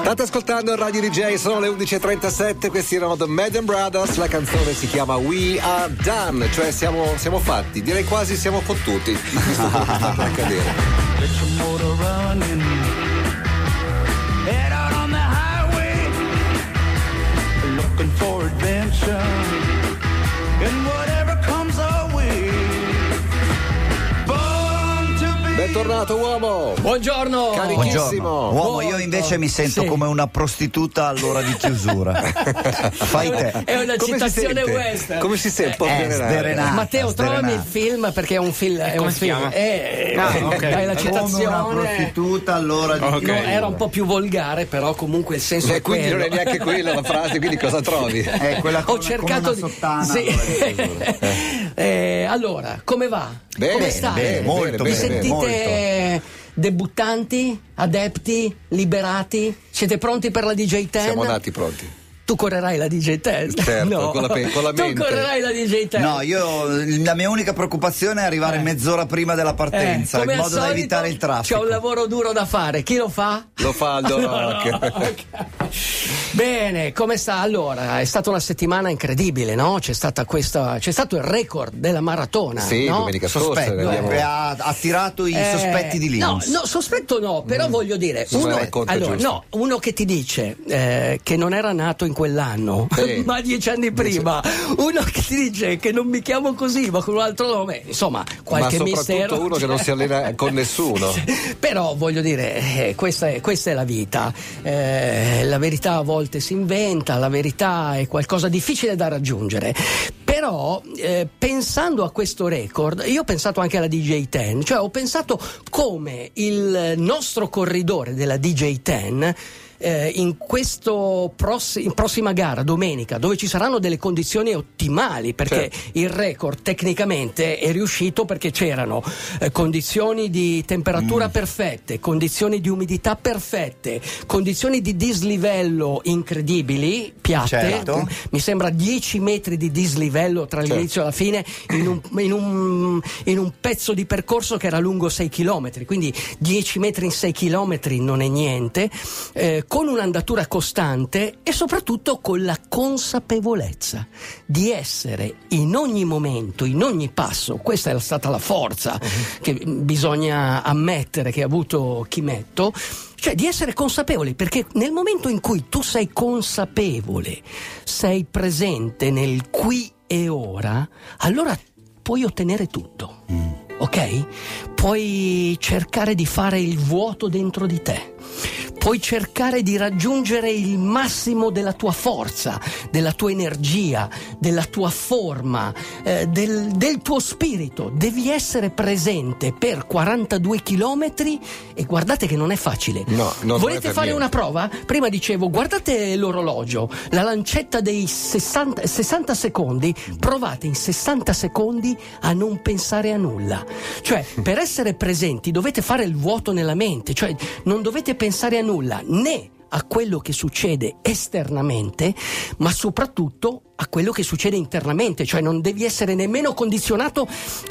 State ascoltando Radio DJ, sono le 11.37, questi erano The Madden Brothers, la canzone si chiama We Are Done, cioè siamo fatti, direi quasi siamo fottuti, visto quello che sta per accadere. Get your motor running, head out on the highway, looking for adventure, and whatever comes our way. Bentornato uomo. Buongiorno. Carichissimo. Buongiorno. Uomo, io invece mi sento come una prostituta all'ora di chiusura. Fai te. È una citazione western. Come si sente? Sderenata. Matteo, trovami il film, perché è un film. È un film. Okay. Dai la citazione. Come una prostituta all'ora di chiusura. No, era un po' più volgare, però comunque il senso è quindi quello. non è neanche quella la frase, quindi cosa trovi? Quella Ho cercato di sottana. Sì. Allora, come va? Bene, come stai? Molto Vi bene, sentite molto. debuttanti, adepti, liberati? Siete pronti per la DJ 10? Siamo nati pronti. Tu correrai la DJ 10? Certo, no. con la mente. Tu correrai la DJ 10? No, la mia unica preoccupazione è arrivare mezz'ora prima della partenza, in modo da evitare il traffico. C'è un lavoro duro da fare. Chi lo fa? Lo fa Aldo Rock. Bene, come sta? Allora, è stata una settimana incredibile, no? C'è stato il record della maratona. Sì, no? domenica scorsa ha attirato i sospetti di Linus. No, sospetto no, però voglio dire, uno che ti dice che non era nato in quell'anno, sì. ma 10 anni prima, uno che ti dice che non mi chiamo così, ma con un altro nome, insomma, qualche mistero. Ma uno che non si allena con nessuno. Però voglio dire, questa è la vita. La verità a volte si inventa, la verità è qualcosa difficile da raggiungere. Però pensando a questo record, io ho pensato anche alla DJ 10, cioè ho pensato come il nostro corridore della DJ 10 in questo prossima gara domenica, dove ci saranno delle condizioni ottimali, perché il record tecnicamente è riuscito perché c'erano condizioni di temperatura perfette, condizioni di umidità perfette, condizioni di dislivello incredibili, piatte, mi sembra 10 metri di dislivello tra l'inizio e la fine in un pezzo di percorso che era lungo 6 km, quindi 10 metri in 6 km non è niente, con un'andatura costante e soprattutto con la consapevolezza di essere in ogni momento, in ogni passo, questa è stata la forza che bisogna ammettere che ha avuto Chimetto, cioè di essere consapevoli, perché nel momento in cui tu sei consapevole, sei presente nel qui e ora, allora puoi ottenere tutto, ok? Puoi cercare di fare il vuoto dentro di te, puoi cercare di raggiungere il massimo della tua forza, della tua energia, della tua forma, del tuo spirito. Devi essere presente per 42 chilometri e guardate che non è facile. No, volete fare una prova? Prima dicevo, guardate l'orologio, la lancetta dei 60 secondi, provate in 60 secondi a non pensare a nulla. Cioè, per essere presenti dovete fare il vuoto nella mente, cioè non dovete pensare a nulla, né a quello che succede esternamente, ma soprattutto a quello che succede internamente, cioè non devi essere nemmeno condizionato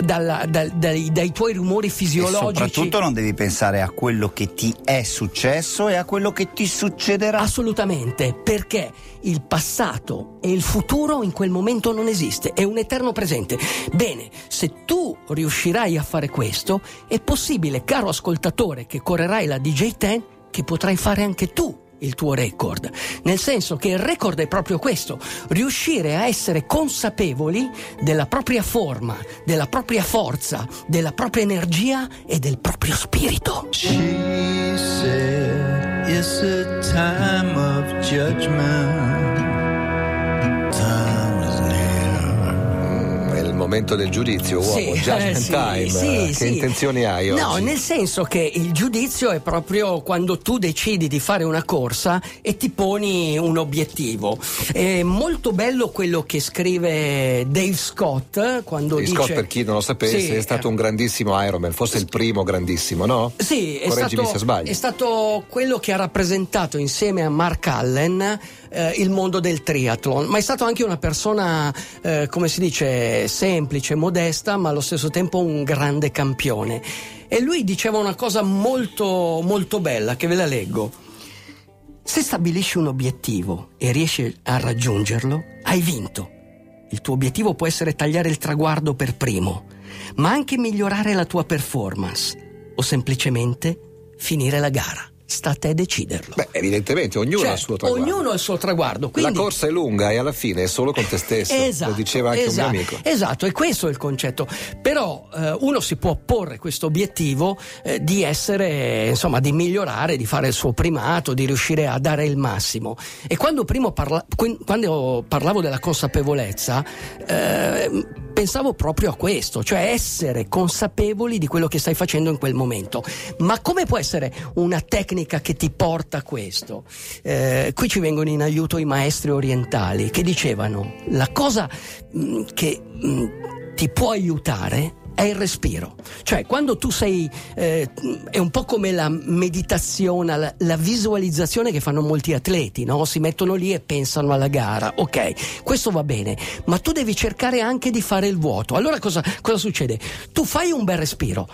dai tuoi rumori fisiologici. E soprattutto non devi pensare a quello che ti è successo e a quello che ti succederà. Assolutamente, perché il passato e il futuro in quel momento non esiste, è un eterno presente. Bene, se tu riuscirai a fare questo, è possibile, caro ascoltatore che correrai la DJ 10, che potrai fare anche tu il tuo record, nel senso che il record è proprio questo: riuscire a essere consapevoli della propria forma, della propria forza, della propria energia e del proprio spirito. She said it's a time of judgment. Time is near. È il momento del giudizio, uomo. Judgment time. Che intenzioni hai oggi? No, nel senso che il giudizio è proprio quando tu decidi di fare una corsa e ti poni un obiettivo. È molto bello quello che scrive Dave Scott quando dice... Scott, per chi non lo sapesse, è stato un grandissimo Ironman, forse il primo grandissimo, no? Sì, correggimi se sbaglio. È stato quello che ha rappresentato insieme a Mark Allen il mondo del triathlon, ma è stato anche una persona, come si dice, semplice, modesta, ma allo stesso tempo un grande campione. E lui diceva una cosa molto molto bella, che ve la leggo. Se stabilisci un obiettivo e riesci a raggiungerlo, hai vinto. Il tuo obiettivo può essere tagliare il traguardo per primo, ma anche migliorare la tua performance o semplicemente finire la gara. Sta a te deciderlo. Beh, evidentemente ognuno ha il suo traguardo. Ognuno ha il suo traguardo. Quindi... La corsa è lunga e alla fine è solo con te stesso. Esatto, lo diceva anche un mio amico. Esatto, e questo è il concetto. Però uno si può porre questo obiettivo di essere, insomma, di migliorare, di fare il suo primato, di riuscire a dare il massimo. E quando parlavo della consapevolezza, pensavo proprio a questo, cioè essere consapevoli di quello che stai facendo in quel momento. Ma come può essere una tecnica che ti porta a questo? Qui ci vengono in aiuto i maestri orientali che dicevano: la cosa che ti può aiutare è il respiro. Cioè, quando tu sei è un po' come la meditazione, la visualizzazione che fanno molti atleti, no? Si mettono lì e pensano alla gara. Ok, questo va bene, ma tu devi cercare anche di fare il vuoto. Allora cosa succede? Tu fai un bel respiro.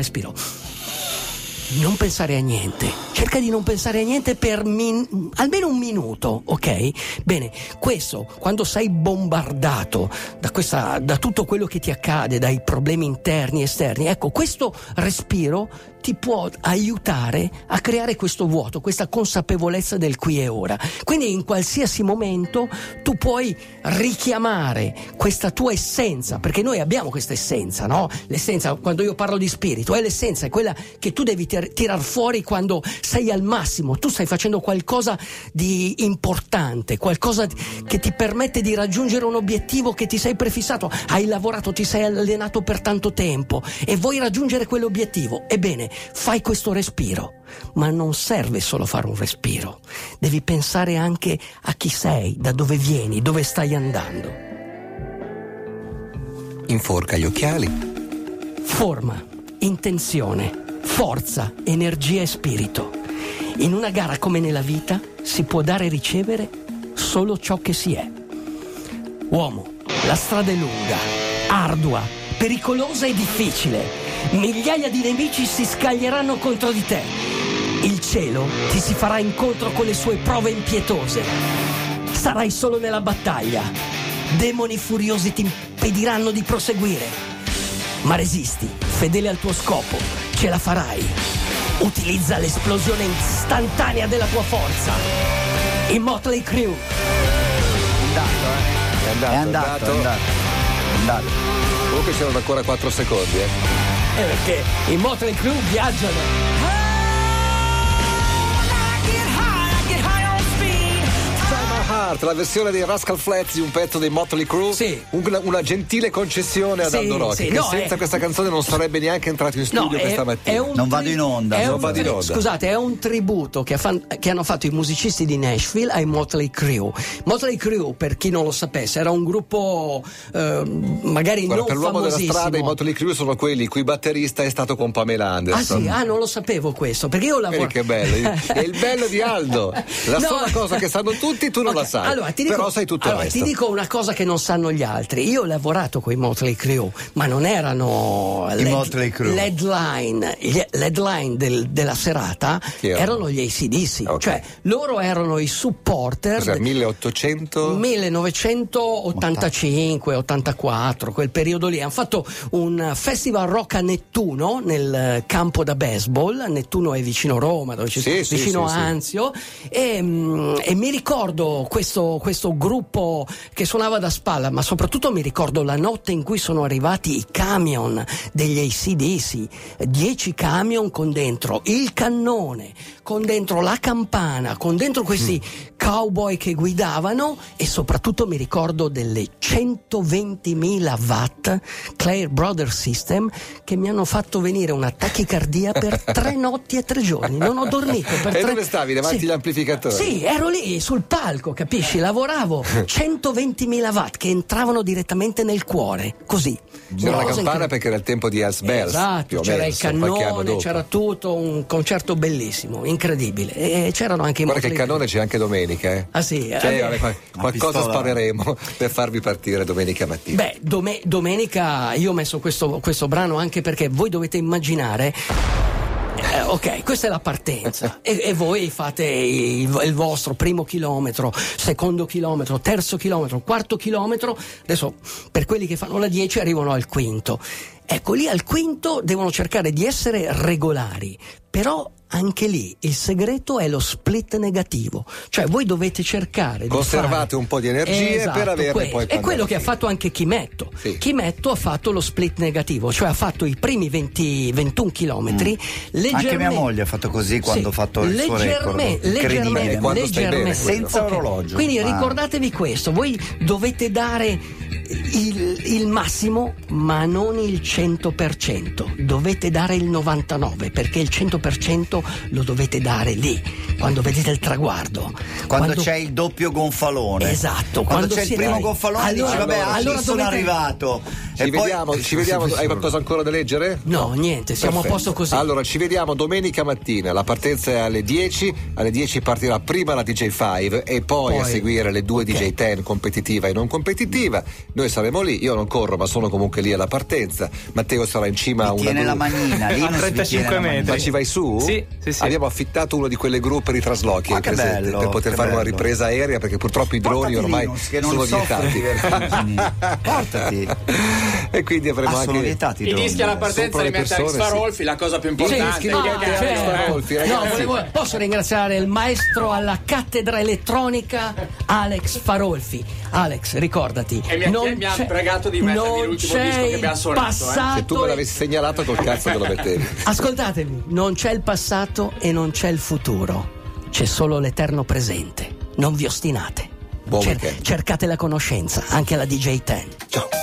Non pensare a niente, cerca di non pensare a niente per almeno un minuto, ok? Bene, questo quando sei bombardato da tutto quello che ti accade, dai problemi interni e esterni, ecco, questo respiro ti può aiutare a creare questo vuoto, questa consapevolezza del qui e ora. Quindi in qualsiasi momento tu puoi richiamare questa tua essenza, perché noi abbiamo questa essenza, no? L'essenza, quando io parlo di spirito, è l'essenza, è quella che tu devi tirar fuori quando sei al massimo, tu stai facendo qualcosa di importante, qualcosa che ti permette di raggiungere un obiettivo che ti sei prefissato, hai lavorato, ti sei allenato per tanto tempo e vuoi raggiungere quell'obiettivo. Ebbene, fai questo respiro, ma non serve solo fare un respiro, devi pensare anche a chi sei, da dove vieni, dove stai andando. Inforca gli occhiali. Forma, intenzione, forza, energia e spirito. In una gara come nella vita si può dare e ricevere solo ciò che si è. Uomo, la strada è lunga, ardua, pericolosa e difficile. Migliaia di nemici si scaglieranno contro di te. Il cielo ti si farà incontro con le sue prove impietose. Sarai solo nella battaglia. Demoni furiosi ti impediranno di proseguire. Ma resisti, fedele al tuo scopo. Ce la farai. Utilizza l'esplosione istantanea della tua forza. I Motley Crue. È andato. Comunque c'erano ancora 4 secondi, perché i Motley Crue viaggiano. La versione dei Rascal Flatts di un pezzo dei Motley Crue, sì. Una gentile concessione ad Aldo Rocchi, che senza questa canzone non sarebbe neanche entrato in studio questa mattina. Non vado in onda. Scusate, è un tributo che hanno fatto i musicisti di Nashville ai Motley Crue. Motley Crue, per chi non lo sapesse, era un gruppo magari non per l'uomo famosissimo. della strada, i Motley Crue sono quelli cui batterista è stato con Pamela Anderson. Ah sì, non lo sapevo questo, perché io lavoro. Che bello, è il bello di Aldo. La sola cosa che sanno tutti tu non la sai. Allora, però sai tutto il resto. Ti dico una cosa che non sanno gli altri. Io ho lavorato con i Motley Crue, ma non erano l'headline della serata, erano gli AC/DC. Okay. Cioè, loro erano i supporter. Cos'è, 1985-84, quel periodo lì. Hanno fatto un festival rock a Nettuno, nel campo da baseball. Nettuno è vicino Roma, dove vicino Anzio. E mi ricordo questo gruppo che suonava da spalla, ma soprattutto mi ricordo la notte in cui sono arrivati i camion degli AC/DC, 10 camion con dentro il cannone, con dentro la campana, con dentro questi cowboy che guidavano, e soprattutto mi ricordo delle 120.000 watt Clair Brothers System che mi hanno fatto venire una tachicardia per 3 notti e 3 giorni. Non ho dormito per 3. E dove stavi? Davanti agli amplificatori? Sì, ero lì sul palco, capisci? Lavoravo. 120.000 watt che entravano direttamente nel cuore, così. C'era la campana perché era il tempo di Hells Bells. Esatto, c'era il cannone, c'era tutto, un concerto bellissimo, incredibile. E c'erano anche i Guarda che il cannone c'è anche domenica, Ah sì? Qualcosa spareremo per farvi partire domenica mattina. Beh, domenica io ho messo questo brano anche perché voi dovete immaginare Ok, questa è la partenza e voi fate il vostro primo chilometro, secondo chilometro, terzo chilometro, quarto chilometro. Adesso per quelli che fanno la 10 arrivano al quinto. Ecco, lì al quinto devono cercare di essere regolari, però anche lì il segreto è lo split negativo, cioè voi dovete cercare di conservate un po' di energie per averne poi. È quello che ha fatto anche Chimetto. Sì. Chimetto ha fatto lo split negativo, cioè ha fatto i primi 21 chilometri. Anche mia moglie ha fatto così quando ha fatto il suo record. Leggermente senza orologio. Quindi ricordatevi questo, voi dovete dare il massimo, ma non il 100%, dovete dare il 99%, perché il 100% lo dovete dare lì, quando vedete il traguardo, quando c'è il doppio gonfalone. Esatto, quando c'è il primo gonfalone dici vabbè, allora sono arrivato. Ci vediamo. Hai qualcosa ancora da leggere? No, niente, siamo a posto così. Allora ci vediamo domenica mattina, la partenza è alle 10 partirà prima la DJ5 e poi a seguire le due DJ 10 competitiva e non competitiva. Noi saremo lì, io non corro ma sono comunque lì alla partenza. Matteo sarà in cima a una tiene la manina lì, a 35 metri. Ma ci vai su? Sì. Abbiamo affittato uno di quelle gruppi di traslochi che bello, per poter fare una ripresa aerea, perché purtroppo i droni ormai sono vietati. Portati. E quindi avremo anche sono vietati i dischi alla partenza li mette Alex Farolfi, la cosa più importante. Posso ringraziare il maestro alla cattedra elettronica Alex Farolfi. Alex, ricordati, mi ha pregato di mettermi l'ultimo disco che abbiamo suonato. Se tu me l'avessi segnalato col cazzo te lo mettevi. Ascoltatemi, non c'è il passato e non c'è il futuro, c'è solo l'eterno presente. Non vi ostinate. Buon weekend. Cercate la conoscenza, anche alla DJ 10. Ciao.